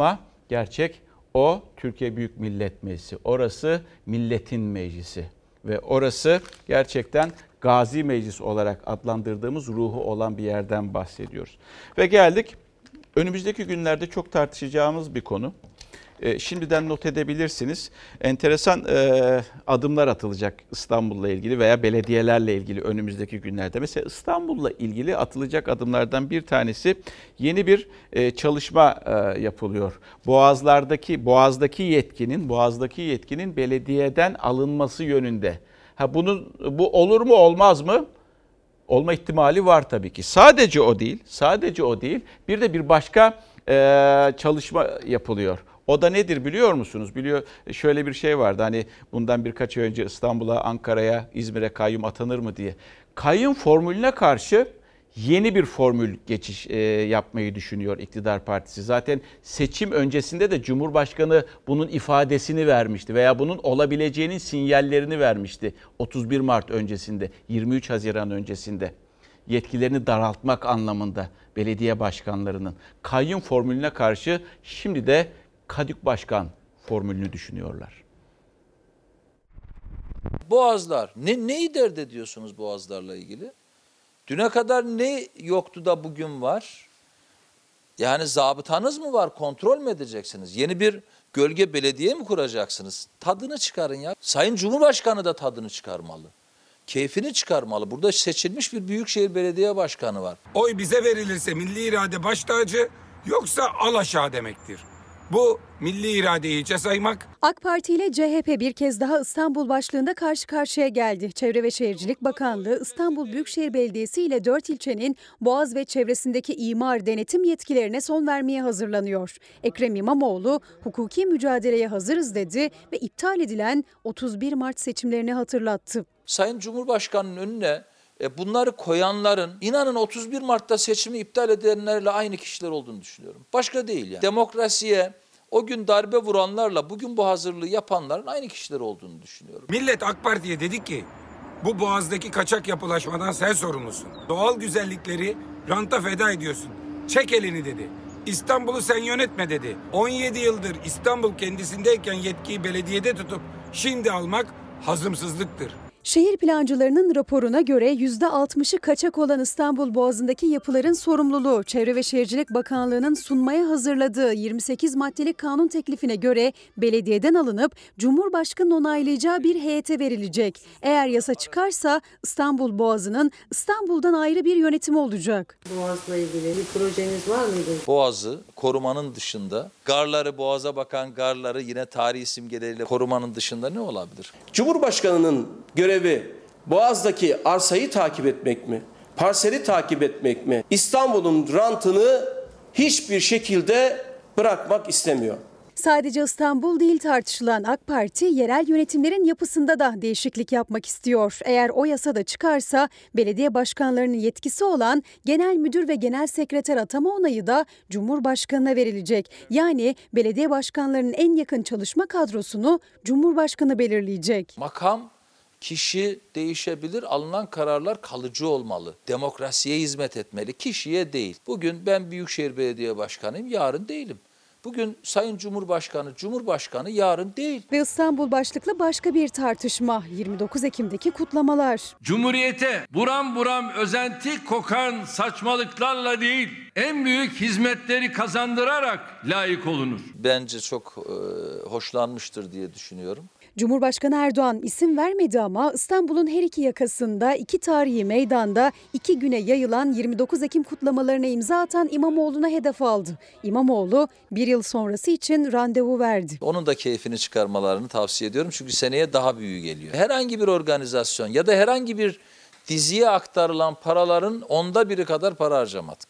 Gerçek o Türkiye Büyük Millet Meclisi. Orası milletin meclisi ve orası gerçekten Gazi Meclis olarak adlandırdığımız ruhu olan bir yerden bahsediyoruz. Ve geldik önümüzdeki günlerde çok tartışacağımız bir konu. E, şimdiden not edebilirsiniz. Enteresan e, adımlar atılacak İstanbul'la ilgili veya belediyelerle ilgili önümüzdeki günlerde. Mesela İstanbul'la ilgili atılacak adımlardan bir tanesi yeni bir e, çalışma e, yapılıyor. Boğazlardaki Boğaz'daki yetkinin Boğaz'daki yetkinin belediyeden alınması yönünde. Ha bunun bu olur mu olmaz mı? Olma ihtimali var tabii ki. Sadece o değil, sadece o değil. Bir de bir başka e, çalışma yapılıyor. O da nedir biliyor musunuz? Biliyor, şöyle bir şey vardı hani bundan birkaç ay önce İstanbul'a, Ankara'ya, İzmir'e kayyum atanır mı diye. Kayyum formülüne karşı yeni bir formül geçiş e, yapmayı düşünüyor iktidar partisi. Zaten seçim öncesinde de Cumhurbaşkanı bunun ifadesini vermişti veya bunun olabileceğinin sinyallerini vermişti. otuz bir Mart öncesinde, yirmi üç Haziran öncesinde. Yetkilerini daraltmak anlamında belediye başkanlarının kayyum formülüne karşı şimdi de Kadük Başkan formülünü düşünüyorlar. Boğazlar. Ne, neyi dert ediyorsunuz boğazlarla ilgili? Düne kadar ne yoktu da bugün var? Yani zabıtanız mı var? Kontrol mü edeceksiniz? Yeni bir gölge belediye mi kuracaksınız? Tadını çıkarın ya. Sayın Cumhurbaşkanı da tadını çıkarmalı. Keyfini çıkarmalı. Burada seçilmiş bir büyükşehir belediye başkanı var. Oy bize verilirse milli irade baş tacı, yoksa al aşağı demektir. Bu milli iradeyi hiçe saymak. AK Parti ile C H P bir kez daha İstanbul başlığında karşı karşıya geldi. Çevre ve Şehircilik Bakanlığı İstanbul Büyükşehir Belediyesi ile dört ilçenin Boğaz ve çevresindeki imar denetim yetkilerine son vermeye hazırlanıyor. Ekrem İmamoğlu hukuki mücadeleye hazırız dedi ve iptal edilen otuz bir Mart seçimlerini hatırlattı. Sayın Cumhurbaşkanı'nın önüne E bunları koyanların inanın otuz bir Mart'ta seçimi iptal edenlerle aynı kişiler olduğunu düşünüyorum. Başka değil yani. Demokrasiye o gün darbe vuranlarla bugün bu hazırlığı yapanların aynı kişiler olduğunu düşünüyorum. Millet AK Parti'ye dedi ki bu Boğaz'daki kaçak yapılaşmadan sen sorumlusun. Doğal güzellikleri ranta feda ediyorsun. Çek elini dedi. İstanbul'u sen yönetme dedi. on yedi yıldır İstanbul kendisindeyken yetkiyi belediyede tutup şimdi almak hazımsızlıktır. Şehir plancılarının raporuna göre yüzde altmışı kaçak olan İstanbul Boğazı'ndaki yapıların sorumluluğu Çevre ve Şehircilik Bakanlığı'nın sunmaya hazırladığı yirmi sekiz maddelik kanun teklifine göre belediyeden alınıp Cumhurbaşkanı'nın onaylayacağı bir heyete verilecek. Eğer yasa çıkarsa İstanbul Boğazı'nın İstanbul'dan ayrı bir yönetimi olacak. Boğaz'la ilgili bir projeniz var mıydı? Boğaz'ı korumanın dışında, garları, Boğaz'a bakan garları yine tarihi simgeleriyle korumanın dışında ne olabilir? Cumhurbaşkanı'nın görevi Boğaz'daki arsayı takip etmek mi? Parseli takip etmek mi? İstanbul'un rantını hiçbir şekilde bırakmak istemiyor. Sadece İstanbul değil tartışılan AK Parti yerel yönetimlerin yapısında da değişiklik yapmak istiyor. Eğer o yasa da çıkarsa belediye başkanlarının yetkisi olan genel müdür ve genel sekreter atama onayı da Cumhurbaşkanı'na verilecek. Yani belediye başkanlarının en yakın çalışma kadrosunu Cumhurbaşkanı belirleyecek. Makam, kişi değişebilir, alınan kararlar kalıcı olmalı. Demokrasiye hizmet etmeli, kişiye değil. Bugün ben Büyükşehir Belediye Başkanıyım, yarın değilim. Bugün Sayın Cumhurbaşkanı, Cumhurbaşkanı yarın değil. Ve İstanbul başlıklı başka bir tartışma yirmi dokuz Ekim'deki kutlamalar. Cumhuriyete buram buram özenti kokan saçmalıklarla değil, en büyük hizmetleri kazandırarak layık olunur. Bence çok e, hoşlanmıştır diye düşünüyorum. Cumhurbaşkanı Erdoğan isim vermedi ama İstanbul'un her iki yakasında iki tarihi meydanda iki güne yayılan yirmi dokuz Ekim kutlamalarına imza atan İmamoğlu'na hedef aldı. İmamoğlu bir yıl sonrası için randevu verdi. Onun da keyfini çıkarmalarını tavsiye ediyorum çünkü seneye daha büyüğü geliyor. Herhangi bir organizasyon ya da herhangi bir diziye aktarılan paraların onda biri kadar para harcamadık.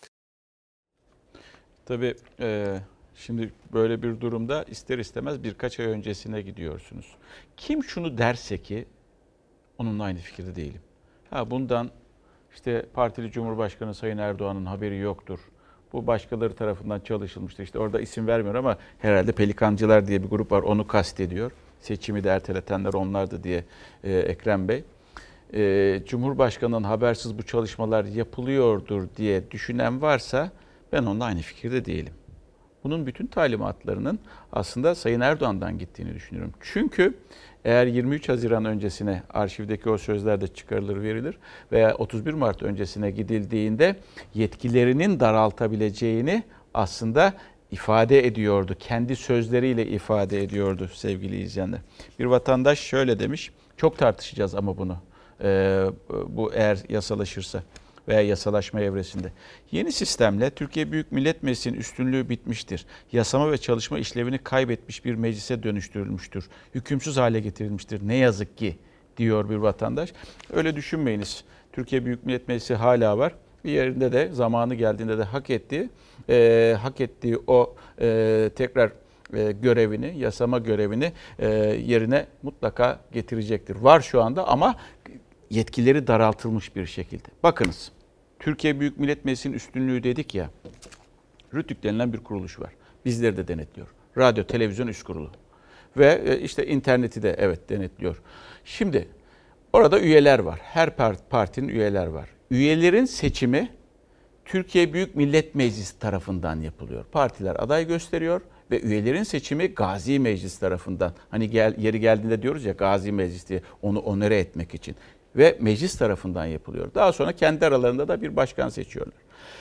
Tabii e, şimdi böyle bir durumda ister istemez birkaç ay öncesine gidiyorsunuz. Kim şunu derse ki onunla aynı fikirde değilim. Ha bundan işte partili Cumhurbaşkanı Sayın Erdoğan'ın haberi yoktur. Bu başkaları tarafından çalışılmıştır. İşte orada isim vermiyor ama herhalde Pelikancılar diye bir grup var, onu kastediyor. Seçimi de erteletenler onlardı diye e, Ekrem Bey. E, Cumhurbaşkanı'nın habersiz bu çalışmalar yapılıyordur diye düşünen varsa ben onunla aynı fikirde değilim. Bunun bütün talimatlarının aslında Sayın Erdoğan'dan gittiğini düşünüyorum. Çünkü eğer yirmi üç Haziran öncesine arşivdeki o sözler de çıkarılır verilir veya otuz bir Mart öncesine gidildiğinde yetkilerinin daraltabileceğini aslında ifade ediyordu. Kendi sözleriyle ifade ediyordu sevgili izleyenler. Bir vatandaş şöyle demiş, çok tartışacağız ama bunu ee, bu eğer yasalaşırsa veya yasalaşma evresinde. Yeni sistemle Türkiye Büyük Millet Meclisi'nin üstünlüğü bitmiştir. Yasama ve çalışma işlevini kaybetmiş bir meclise dönüştürülmüştür. Hükümsüz hale getirilmiştir. Ne yazık ki diyor bir vatandaş. Öyle düşünmeyiniz. Türkiye Büyük Millet Meclisi hala var. Bir yerinde de zamanı geldiğinde de hak ettiği, e, hak ettiği o e, tekrar e, görevini, yasama görevini e, yerine mutlaka getirecektir. Var şu anda ama yetkileri daraltılmış bir şekilde. Bakınız, Türkiye Büyük Millet Meclisi'nin üstünlüğü dedik ya, RTÜK denilen bir kuruluş var. Bizleri de denetliyor. Radyo, televizyon üst kurulu. Ve işte interneti de evet denetliyor. Şimdi orada üyeler var. Her partinin üyeler var. Üyelerin seçimi Türkiye Büyük Millet Meclisi tarafından yapılıyor. Partiler aday gösteriyor ve üyelerin seçimi Gazi Meclis tarafından. Hani gel, yeri geldiğinde diyoruz ya Gazi Meclis diye, onu onore etmek için. Ve meclis tarafından yapılıyor. Daha sonra kendi aralarında da bir başkan seçiyorlar.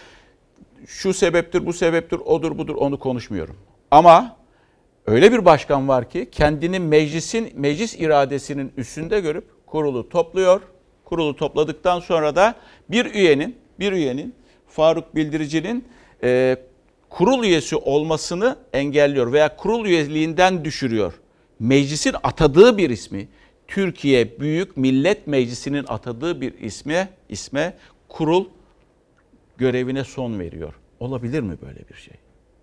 Şu sebeptir, bu sebeptir, odur budur onu konuşmuyorum. Ama öyle bir başkan var ki kendini meclisin, meclis iradesinin üstünde görüp kurulu topluyor. Kurulu topladıktan sonra da bir üyenin, bir üyenin Faruk Bildirici'nin e, kurul üyesi olmasını engelliyor veya kurul üyeliğinden düşürüyor. Meclisin atadığı bir ismi, Türkiye Büyük Millet Meclisi'nin atadığı bir isme, isme kurul görevine son veriyor. Olabilir mi böyle bir şey?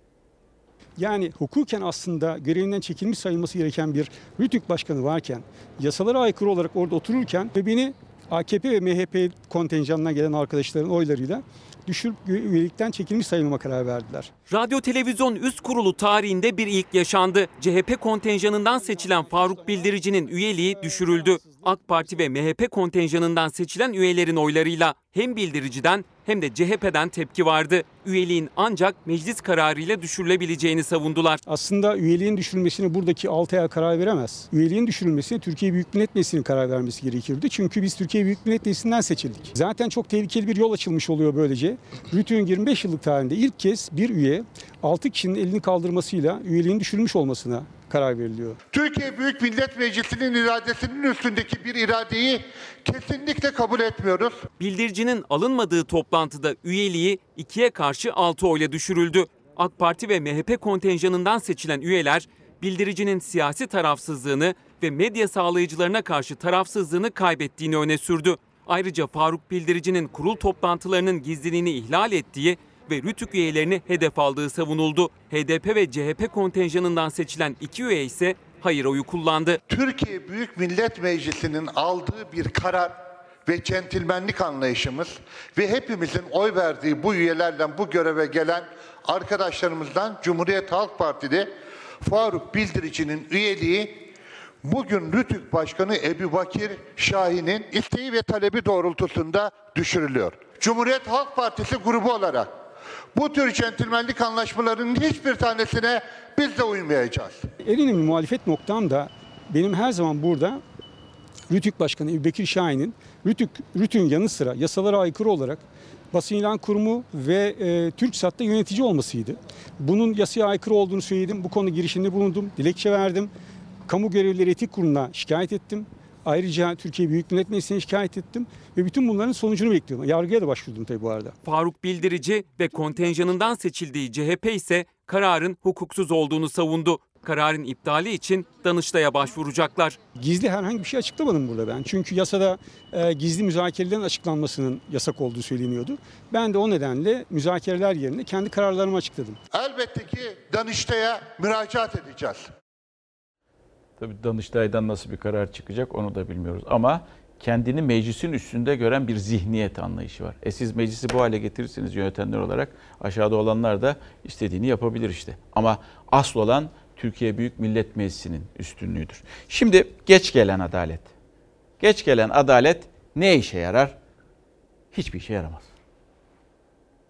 Yani hukuken aslında görevinden çekilmiş sayılması gereken bir RTÜK başkanı varken, yasalara aykırı olarak orada otururken ve beni A K P ve M H P kontenjanına gelen arkadaşların oylarıyla düşürüp üyelikten çekilmiş sayılma kararı verdiler. Radyo Televizyon Üst Kurulu tarihinde bir ilk yaşandı. C H P kontenjanından seçilen Faruk Bildirici'nin üyeliği düşürüldü. AK Parti ve M H P kontenjanından seçilen üyelerin oylarıyla hem Bildirici'den hem de C H P'den tepki vardı. Üyeliğin ancak meclis kararıyla düşürülebileceğini savundular. Aslında üyeliğin düşürülmesini buradaki altı ay karar veremez. Üyeliğin düşürülmesine Türkiye Büyük Millet Meclisi'nin karar vermesi gerekirdi. Çünkü biz Türkiye Büyük Millet Meclisi'nden seçildik. Zaten çok tehlikeli bir yol açılmış oluyor böylece. RTÜK'ün yirmi beş yıllık tarihinde ilk kez bir üye altı kişinin elini kaldırmasıyla üyeliğin düşürülmüş olmasına karar veriliyor. Türkiye Büyük Millet Meclisi'nin iradesinin üstündeki bir iradeyi kesinlikle kabul etmiyoruz. Bildiricinin alınmadığı toplantıda üyeliği ikiye karşı altı oyla düşürüldü. AK Parti ve M H P kontenjanından seçilen üyeler Bildiricinin siyasi tarafsızlığını ve medya sağlayıcılarına karşı tarafsızlığını kaybettiğini öne sürdü. Ayrıca Faruk Bildirici'nin kurul toplantılarının gizliliğini ihlal ettiği ve RTÜK üyelerini hedef aldığı savunuldu. H D P ve C H P kontenjanından seçilen iki üye ise hayır oyu kullandı. Türkiye Büyük Millet Meclisi'nin aldığı bir karar ve centilmenlik anlayışımız ve hepimizin oy verdiği bu üyelerden bu göreve gelen arkadaşlarımızdan Cumhuriyet Halk Partili Faruk Bildirici'nin üyeliği bugün RTÜK Başkanı Ebubakir Şahin'in isteği ve talebi doğrultusunda düşürülüyor. Cumhuriyet Halk Partisi grubu olarak bu tür centilmenlik anlaşmalarının hiçbir tanesine biz de uymayacağız. En önemli muhalefet noktam da benim her zaman burada RTÜK Başkanı Ebubekir Şahin'in RTÜK, RTÜK'ün yanı sıra yasalara aykırı olarak Basın İlan Kurumu ve e, TürkSat'ta yönetici olmasıydı. Bunun yasaya aykırı olduğunu söyledim. Bu konu girişiminde bulundum, dilekçe verdim. Kamu Görevlileri Etik Kurulu'na şikayet ettim. Ayrıca Türkiye Büyük Millet Meclisi'ne şikayet ettim ve bütün bunların sonucunu bekliyorum. Yargıya da başvurdum tabii bu arada. Faruk Bildirici ve kontenjanından seçildiği C H P ise kararın hukuksuz olduğunu savundu. Kararın iptali için Danıştay'a başvuracaklar. Gizli herhangi bir şey açıklamadım burada ben. Çünkü yasada e, gizli müzakerelerin açıklanmasının yasak olduğu söyleniyordu. Ben de o nedenle müzakereler yerine kendi kararlarımı açıkladım. Elbette ki Danıştay'a müracaat edeceğiz. Tabii Danıştay'dan nasıl bir karar çıkacak onu da bilmiyoruz. Ama kendini meclisin üstünde gören bir zihniyet anlayışı var. E siz meclisi bu hale getirirsiniz yönetenler olarak, aşağıda olanlar da istediğini yapabilir işte. Ama asıl olan Türkiye Büyük Millet Meclisi'nin üstünlüğüdür. Şimdi geç gelen adalet. Geç gelen adalet ne işe yarar? Hiçbir işe yaramaz.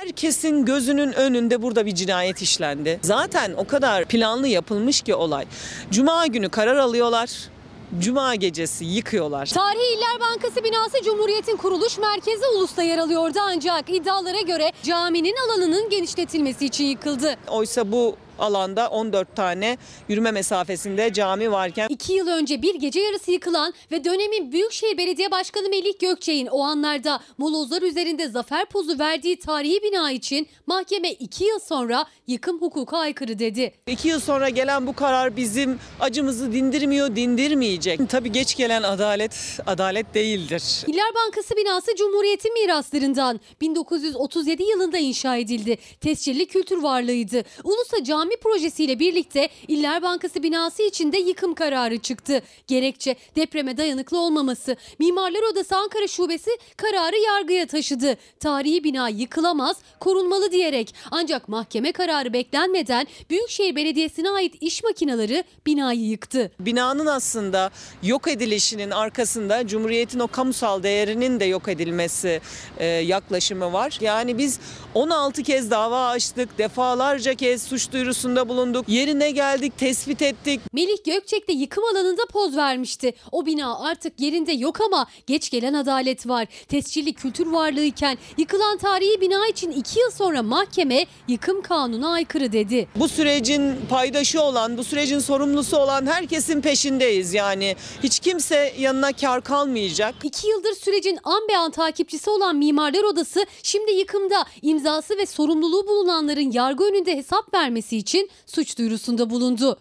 Herkesin gözünün önünde burada bir cinayet işlendi. Zaten o kadar planlı yapılmış ki olay. Cuma günü karar alıyorlar. Cuma gecesi yıkıyorlar. Tarihi İller Bankası binası Cumhuriyet'in kuruluş merkezi Ulus'ta yer alıyordu ancak iddialara göre caminin alanının genişletilmesi için yıkıldı. Oysa bu alanda on dört tane yürüme mesafesinde cami varken. iki yıl önce bir gece yarısı yıkılan ve dönemin Büyükşehir Belediye Başkanı Melih Gökçek'in o anlarda molozlar üzerinde zafer pozu verdiği tarihi bina için mahkeme iki yıl sonra yıkım hukuka aykırı dedi. iki yıl sonra gelen bu karar bizim acımızı dindirmiyor, dindirmeyecek. Tabii geç gelen adalet, adalet değildir. İller Bankası binası Cumhuriyet'in miraslarından bin dokuz yüz otuz yedi yılında inşa edildi. Tescilli kültür varlığıydı. Ulus'a cami projesiyle birlikte İller Bankası binası içinde yıkım kararı çıktı. Gerekçe depreme dayanıklı olmaması. Mimarlar Odası Ankara Şubesi kararı yargıya taşıdı. Tarihi bina yıkılamaz, korunmalı diyerek. Ancak mahkeme kararı beklenmeden Büyükşehir Belediyesi'ne ait iş makineleri binayı yıktı. Binanın aslında yok edilişinin arkasında Cumhuriyet'in o kamusal değerinin de yok edilmesi e, yaklaşımı var. Yani biz on altı kez dava açtık, defalarca kez suç duyurusunda bulunduk, yerine geldik, tespit ettik. Melih Gökçek de yıkım alanında poz vermişti. O bina artık yerinde yok ama geç gelen adalet var. Tescilli kültür varlığıyken yıkılan tarihi bina için iki yıl sonra mahkeme yıkım kanuna aykırı dedi. Bu sürecin paydaşı olan, bu sürecin sorumlusu olan herkesin peşindeyiz. Yani hiç kimse yanına kar kalmayacak. İki yıldır sürecin an be an takipçisi olan Mimarlar Odası şimdi yıkımda imzası ve sorumluluğu bulunanların yargı önünde hesap vermesi için suç duyurusunda bulundu.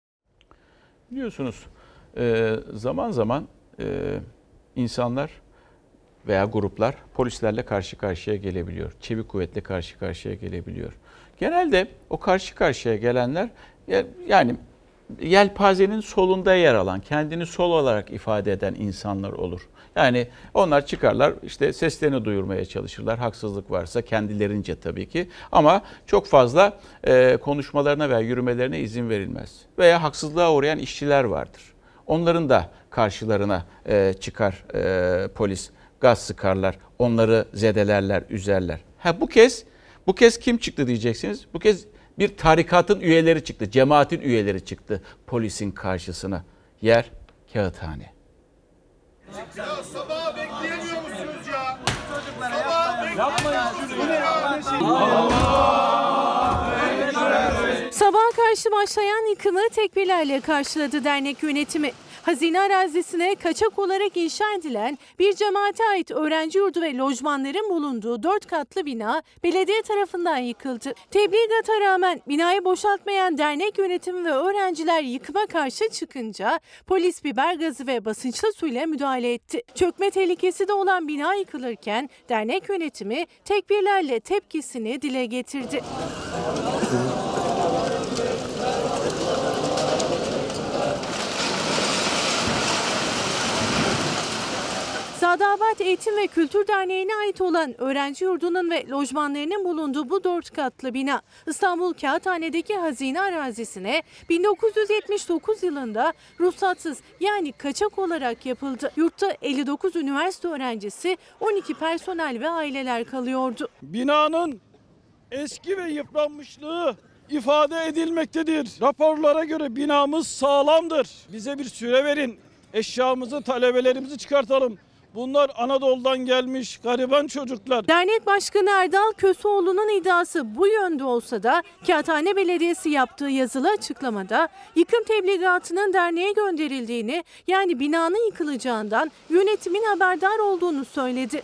Biliyorsunuz zaman zaman insanlar veya gruplar polislerle karşı karşıya gelebiliyor. Çevik kuvvetle karşı karşıya gelebiliyor. Genelde o karşı karşıya gelenler yani yelpazenin solunda yer alan, kendini sol olarak ifade eden insanlar olur. Yani onlar çıkarlar, işte seslerini duyurmaya çalışırlar. Haksızlık varsa kendilerince tabii ki. Ama çok fazla e, konuşmalarına veya yürümelerine izin verilmez. Veya haksızlığa uğrayan işçiler vardır. Onların da karşılarına e, çıkar e, polis, gaz sıkarlar, onları zedelerler, üzerler. Ha bu kez, bu kez kim çıktı diyeceksiniz? Bu kez bir tarikatın üyeleri çıktı, cemaatin üyeleri çıktı polisin karşısına. Yer Kağıthane. Ya sabah bekleyemiyor musunuz ya? Sabah bekleyemiyor. Sabaha karşı başlayan yıkımı tekbirlerle karşıladı dernek yönetimi. Hazine arazisine kaçak olarak inşa edilen bir cemaate ait öğrenci yurdu ve lojmanların bulunduğu dört katlı bina belediye tarafından yıkıldı. Tebliğata rağmen binayı boşaltmayan dernek yönetimi ve öğrenciler yıkıma karşı çıkınca polis biber gazı ve basınçlı suyla müdahale etti. Çökme tehlikesi de olan bina yıkılırken dernek yönetimi tekbirlerle tepkisini dile getirdi. Sadabat Eğitim ve Kültür Derneği'ne ait olan öğrenci yurdunun ve lojmanlarının bulunduğu bu dört katlı bina İstanbul Kağıthane'deki hazine arazisine bin dokuz yüz yetmiş dokuz yılında ruhsatsız yani kaçak olarak yapıldı. Yurtta elli dokuz üniversite öğrencisi, on iki personel ve aileler kalıyordu. Binanın eski ve yıpranmışlığı ifade edilmektedir. Raporlara göre binamız sağlamdır. Bize bir süre verin. Eşyamızı, talebelerimizi çıkartalım. Bunlar Anadolu'dan gelmiş gariban çocuklar. Dernek Başkanı Erdal Köseoğlu'nun iddiası bu yönde olsa da Kağıthane Belediyesi yaptığı yazılı açıklamada yıkım tebligatının derneğe gönderildiğini, yani binanın yıkılacağından yönetimin haberdar olduğunu söyledi.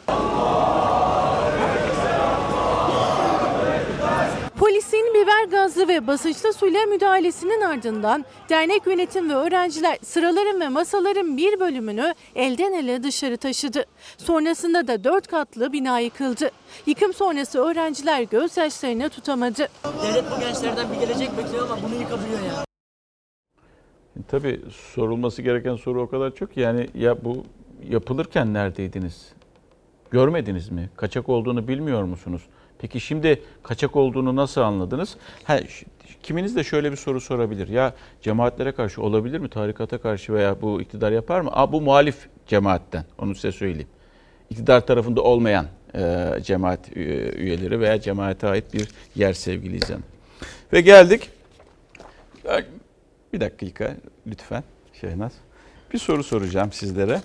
Polisin biber gazlı ve basınçlı suyla müdahalesinin ardından dernek yönetim ve öğrenciler sıraların ve masaların bir bölümünü elden ele dışarı taşıdı. Sonrasında da dört katlı bina yıkıldı. Yıkım sonrası öğrenciler gözyaşlarını tutamadı. Devlet bu gençlerden bir gelecek bekliyor ama bunu yıkabiliyor ya. Tabii sorulması gereken soru o kadar çok. Yani ya bu yapılırken neredeydiniz? Görmediniz mi? Kaçak olduğunu bilmiyor musunuz? Peki şimdi kaçak olduğunu nasıl anladınız? Ha, kiminiz de şöyle bir soru sorabilir. Ya cemaatlere karşı olabilir mi? Tarikata karşı veya bu iktidar yapar mı? Aa, bu muhalif cemaatten. Onu size söyleyeyim. İktidar tarafında olmayan e, cemaat üyeleri veya cemaate ait bir yer sevgili izleyenler. Ve geldik. Bir dakika lütfen Şehnaz. Bir soru soracağım sizlere.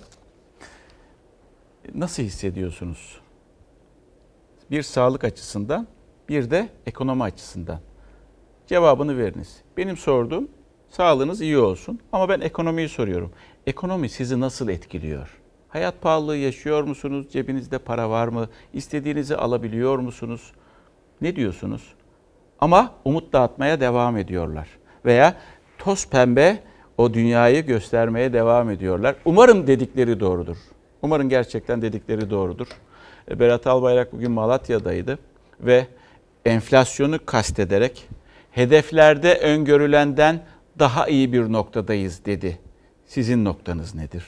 Nasıl hissediyorsunuz? Bir sağlık açısından, bir de ekonomi açısından. Cevabını veriniz. Benim sorduğum sağlığınız iyi olsun ama ben ekonomiyi soruyorum. Ekonomi sizi nasıl etkiliyor? Hayat pahalılığı yaşıyor musunuz? Cebinizde para var mı? İstediğinizi alabiliyor musunuz? Ne diyorsunuz? Ama umut dağıtmaya devam ediyorlar. Veya toz pembe o dünyayı göstermeye devam ediyorlar. Umarım dedikleri doğrudur. Umarım gerçekten dedikleri doğrudur. Berat Albayrak bugün Malatya'daydı ve enflasyonu kastederek hedeflerde öngörülenden daha iyi bir noktadayız dedi. Sizin noktanız nedir?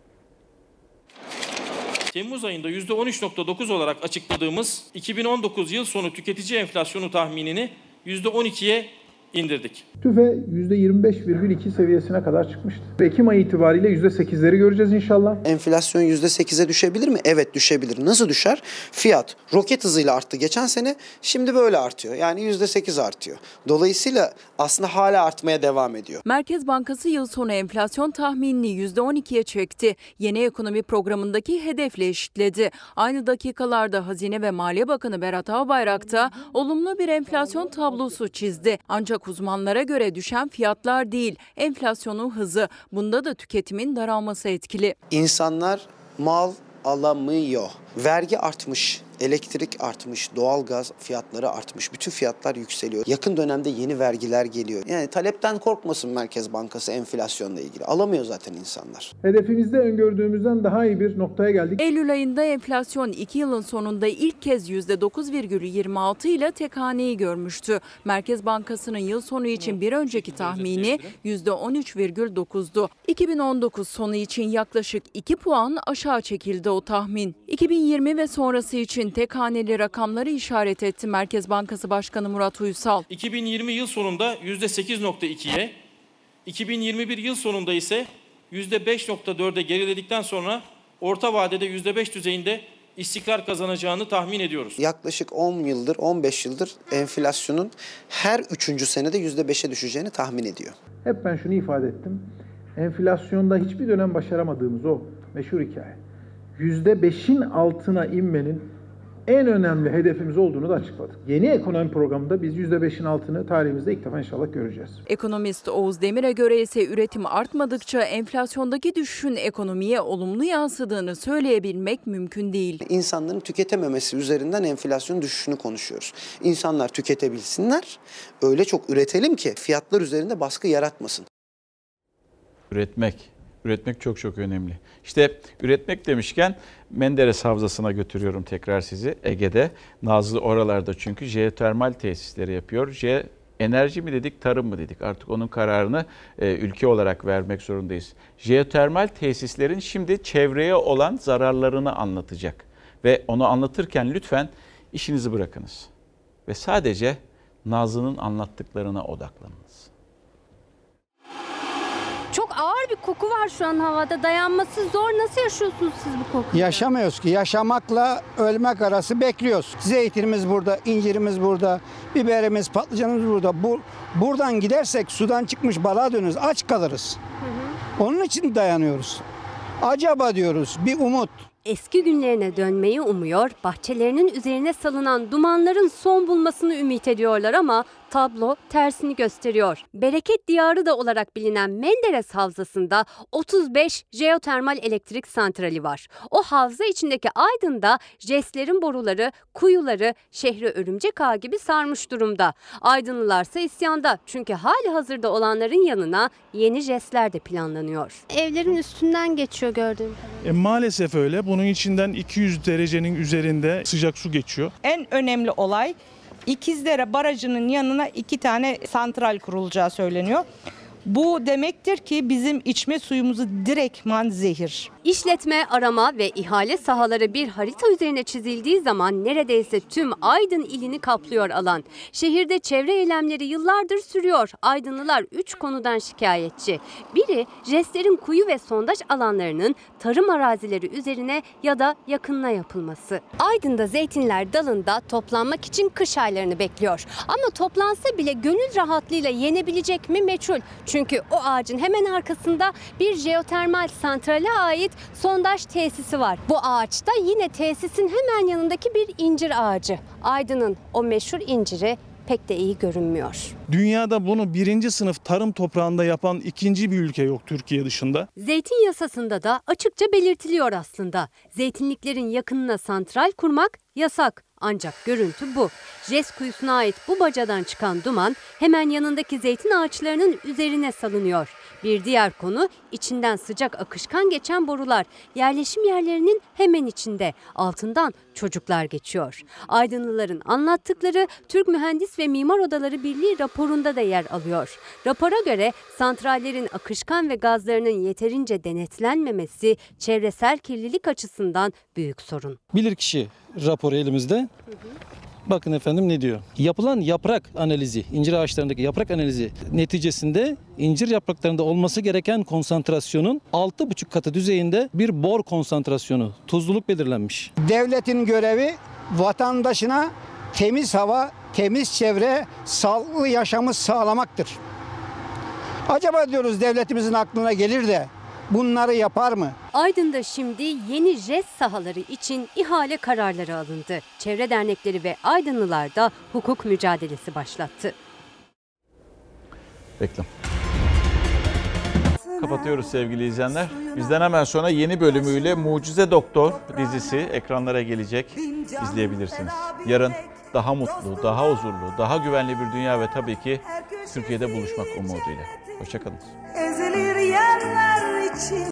Temmuz ayında yüzde on üç virgül dokuz olarak açıkladığımız iki bin on dokuz yıl sonu tüketici enflasyonu tahminini yüzde on ikiye indirdik. TÜFE yüzde yirmi beş virgül iki seviyesine kadar çıkmıştı. Ekim ayı itibariyle yüzde sekizleri göreceğiz inşallah. Enflasyon yüzde sekize düşebilir mi? Evet düşebilir. Nasıl düşer? Fiyat roket hızıyla arttı geçen sene. Şimdi böyle artıyor. Yani yüzde sekiz artıyor. Dolayısıyla aslında hala artmaya devam ediyor. Merkez Bankası yıl sonu enflasyon tahminini yüzde on ikiye çekti. Yeni ekonomi programındaki hedefle eşitledi. Aynı dakikalarda Hazine ve Maliye Bakanı Berat Albayrak da olumlu bir enflasyon tablosu çizdi. Ancak uzmanlara göre düşen fiyatlar değil, enflasyonun hızı. Bunda da tüketimin daralması etkili. İnsanlar mal alamıyor. Vergi artmış, elektrik artmış, doğalgaz fiyatları artmış. Bütün fiyatlar yükseliyor. Yakın dönemde yeni vergiler geliyor. Yani talepten korkmasın Merkez Bankası enflasyonla ilgili. Alamıyor zaten insanlar. Hedefimizde öngördüğümüzden daha iyi bir noktaya geldik. Eylül ayında enflasyon iki yılın sonunda ilk kez yüzde dokuz virgül yirmi altı ile tek haneyi görmüştü. Merkez Bankası'nın yıl sonu için bir önceki tahmini yüzde on üç virgül dokuzdu. iki bin on dokuz sonu için yaklaşık iki puan aşağı çekildi o tahmin. iki bin yirmi ve sonrası için tek haneli rakamları işaret etti Merkez Bankası Başkanı Murat Uysal. iki bin yirmi yıl sonunda yüzde sekiz virgül ikiye, iki bin yirmi bir yıl sonunda ise yüzde beş virgül dörde geriledikten sonra orta vadede yüzde beş düzeyinde istikrar kazanacağını tahmin ediyoruz. Yaklaşık on yıldır, on beş yıldır enflasyonun her üçüncü senede yüzde beşe düşeceğini tahmin ediyor. Hep ben şunu ifade ettim. Enflasyonda hiçbir dönem başaramadığımız o meşhur hikaye. yüzde beşin altına inmenin en önemli hedefimiz olduğunu da açıkladık. Yeni ekonomi programında biz yüzde beşin altını tarihimizde ilk defa inşallah göreceğiz. Ekonomist Oğuz Demir'e göre ise üretim artmadıkça enflasyondaki düşüşün ekonomiye olumlu yansıdığını söyleyebilmek mümkün değil. İnsanların tüketememesi üzerinden enflasyon düşüşünü konuşuyoruz. İnsanlar tüketebilsinler, öyle çok üretelim ki fiyatlar üzerinde baskı yaratmasın. Üretmek. Üretmek çok çok önemli. İşte üretmek demişken Menderes Havzası'na götürüyorum tekrar sizi. Ege'de, Nazlı oralarda çünkü jeotermal tesisleri yapıyor. Je enerji mi dedik, tarım mı dedik? Artık onun kararını e, ülke olarak vermek zorundayız. Jeotermal tesislerin şimdi çevreye olan zararlarını anlatacak. Ve onu anlatırken lütfen işinizi bırakınız. Ve sadece Nazlı'nın anlattıklarına odaklanınız. Çok ağır bir koku var şu an havada. Dayanması zor. Nasıl yaşıyorsunuz siz bu kokuyu? Yaşamıyoruz ki. Yaşamakla ölmek arası bekliyoruz. Zeytinimiz burada, incirimiz burada, biberimiz, patlıcanımız burada. Bu, buradan gidersek sudan çıkmış balığa döneriz. Aç kalırız. Hı hı. Onun için dayanıyoruz. Acaba diyoruz, bir umut. Eski günlerine dönmeyi umuyor, bahçelerinin üzerine salınan dumanların son bulmasını ümit ediyorlar ama tablo tersini gösteriyor. Bereket diyarı da olarak bilinen Menderes Havzası'nda otuz beş jeotermal elektrik santrali var. O havza içindeki Aydın'da JES'lerin boruları, kuyuları şehri örümcek ağı gibi sarmış durumda. Aydınlılarsa isyanda çünkü hali hazırda olanların yanına yeni JES'ler de planlanıyor. Evlerin üstünden geçiyor gördüğüm kadarıyla. E, maalesef öyle. Bunun içinden iki yüz derecenin üzerinde sıcak su geçiyor. En önemli olay İkizdere Barajı'nın yanına iki tane santral kurulacağı söyleniyor. Bu demektir ki bizim içme suyumuzu direktman zehir. İşletme, arama ve ihale sahaları bir harita üzerine çizildiği zaman neredeyse tüm Aydın ilini kaplıyor alan. Şehirde çevre eylemleri yıllardır sürüyor. Aydınlılar üç konudan şikayetçi. Biri, JES'lerin kuyu ve sondaj alanlarının tarım arazileri üzerine ya da yakınına yapılması. Aydın'da zeytinler dalında toplanmak için kış aylarını bekliyor. Ama toplansa bile gönül rahatlığıyla yenebilecek mi meçhul. Çünkü o ağacın hemen arkasında bir jeotermal santrale ait sondaj tesisi var. Bu ağaçta yine tesisin hemen yanındaki bir incir ağacı. Aydın'ın o meşhur inciri pek de iyi görünmüyor. Dünyada bunu birinci sınıf tarım toprağında yapan ikinci bir ülke yok Türkiye dışında. Zeytin yasasında da açıkça belirtiliyor aslında. Zeytinliklerin yakınına santral kurmak yasak. Ancak görüntü bu. JES kuyusuna ait bu bacadan çıkan duman hemen yanındaki zeytin ağaçlarının üzerine salınıyor. Bir diğer konu içinden sıcak akışkan geçen borular. Yerleşim yerlerinin hemen içinde. Altından çocuklar geçiyor. Aydınlıların anlattıkları Türk Mühendis ve Mimar Odaları Birliği raporunda da yer alıyor. Rapora göre santrallerin akışkan ve gazlarının yeterince denetlenmemesi çevresel kirlilik açısından büyük sorun. Bilirkişi raporu elimizde. Bakın efendim ne diyor? Yapılan yaprak analizi, incir ağaçlarındaki yaprak analizi neticesinde incir yapraklarında olması gereken konsantrasyonun altı buçuk katı düzeyinde bir bor konsantrasyonu, tuzluluk belirlenmiş. Devletin görevi vatandaşına temiz hava, temiz çevre, sağlıklı yaşamı sağlamaktır. Acaba diyoruz devletimizin aklına gelir de bunları yapar mı? Aydın'da şimdi yeni JES sahaları için ihale kararları alındı. Çevre dernekleri ve Aydınlılar da hukuk mücadelesi başlattı. Reklam. Kapatıyoruz sevgili izleyenler. Bizden hemen sonra yeni bölümüyle Mucize Doktor dizisi ekranlara gelecek. İzleyebilirsiniz. Yarın daha mutlu, daha huzurlu, daha güvenli bir dünya ve tabii ki Türkiye'de buluşmak umuduyla. Hoşça kalın.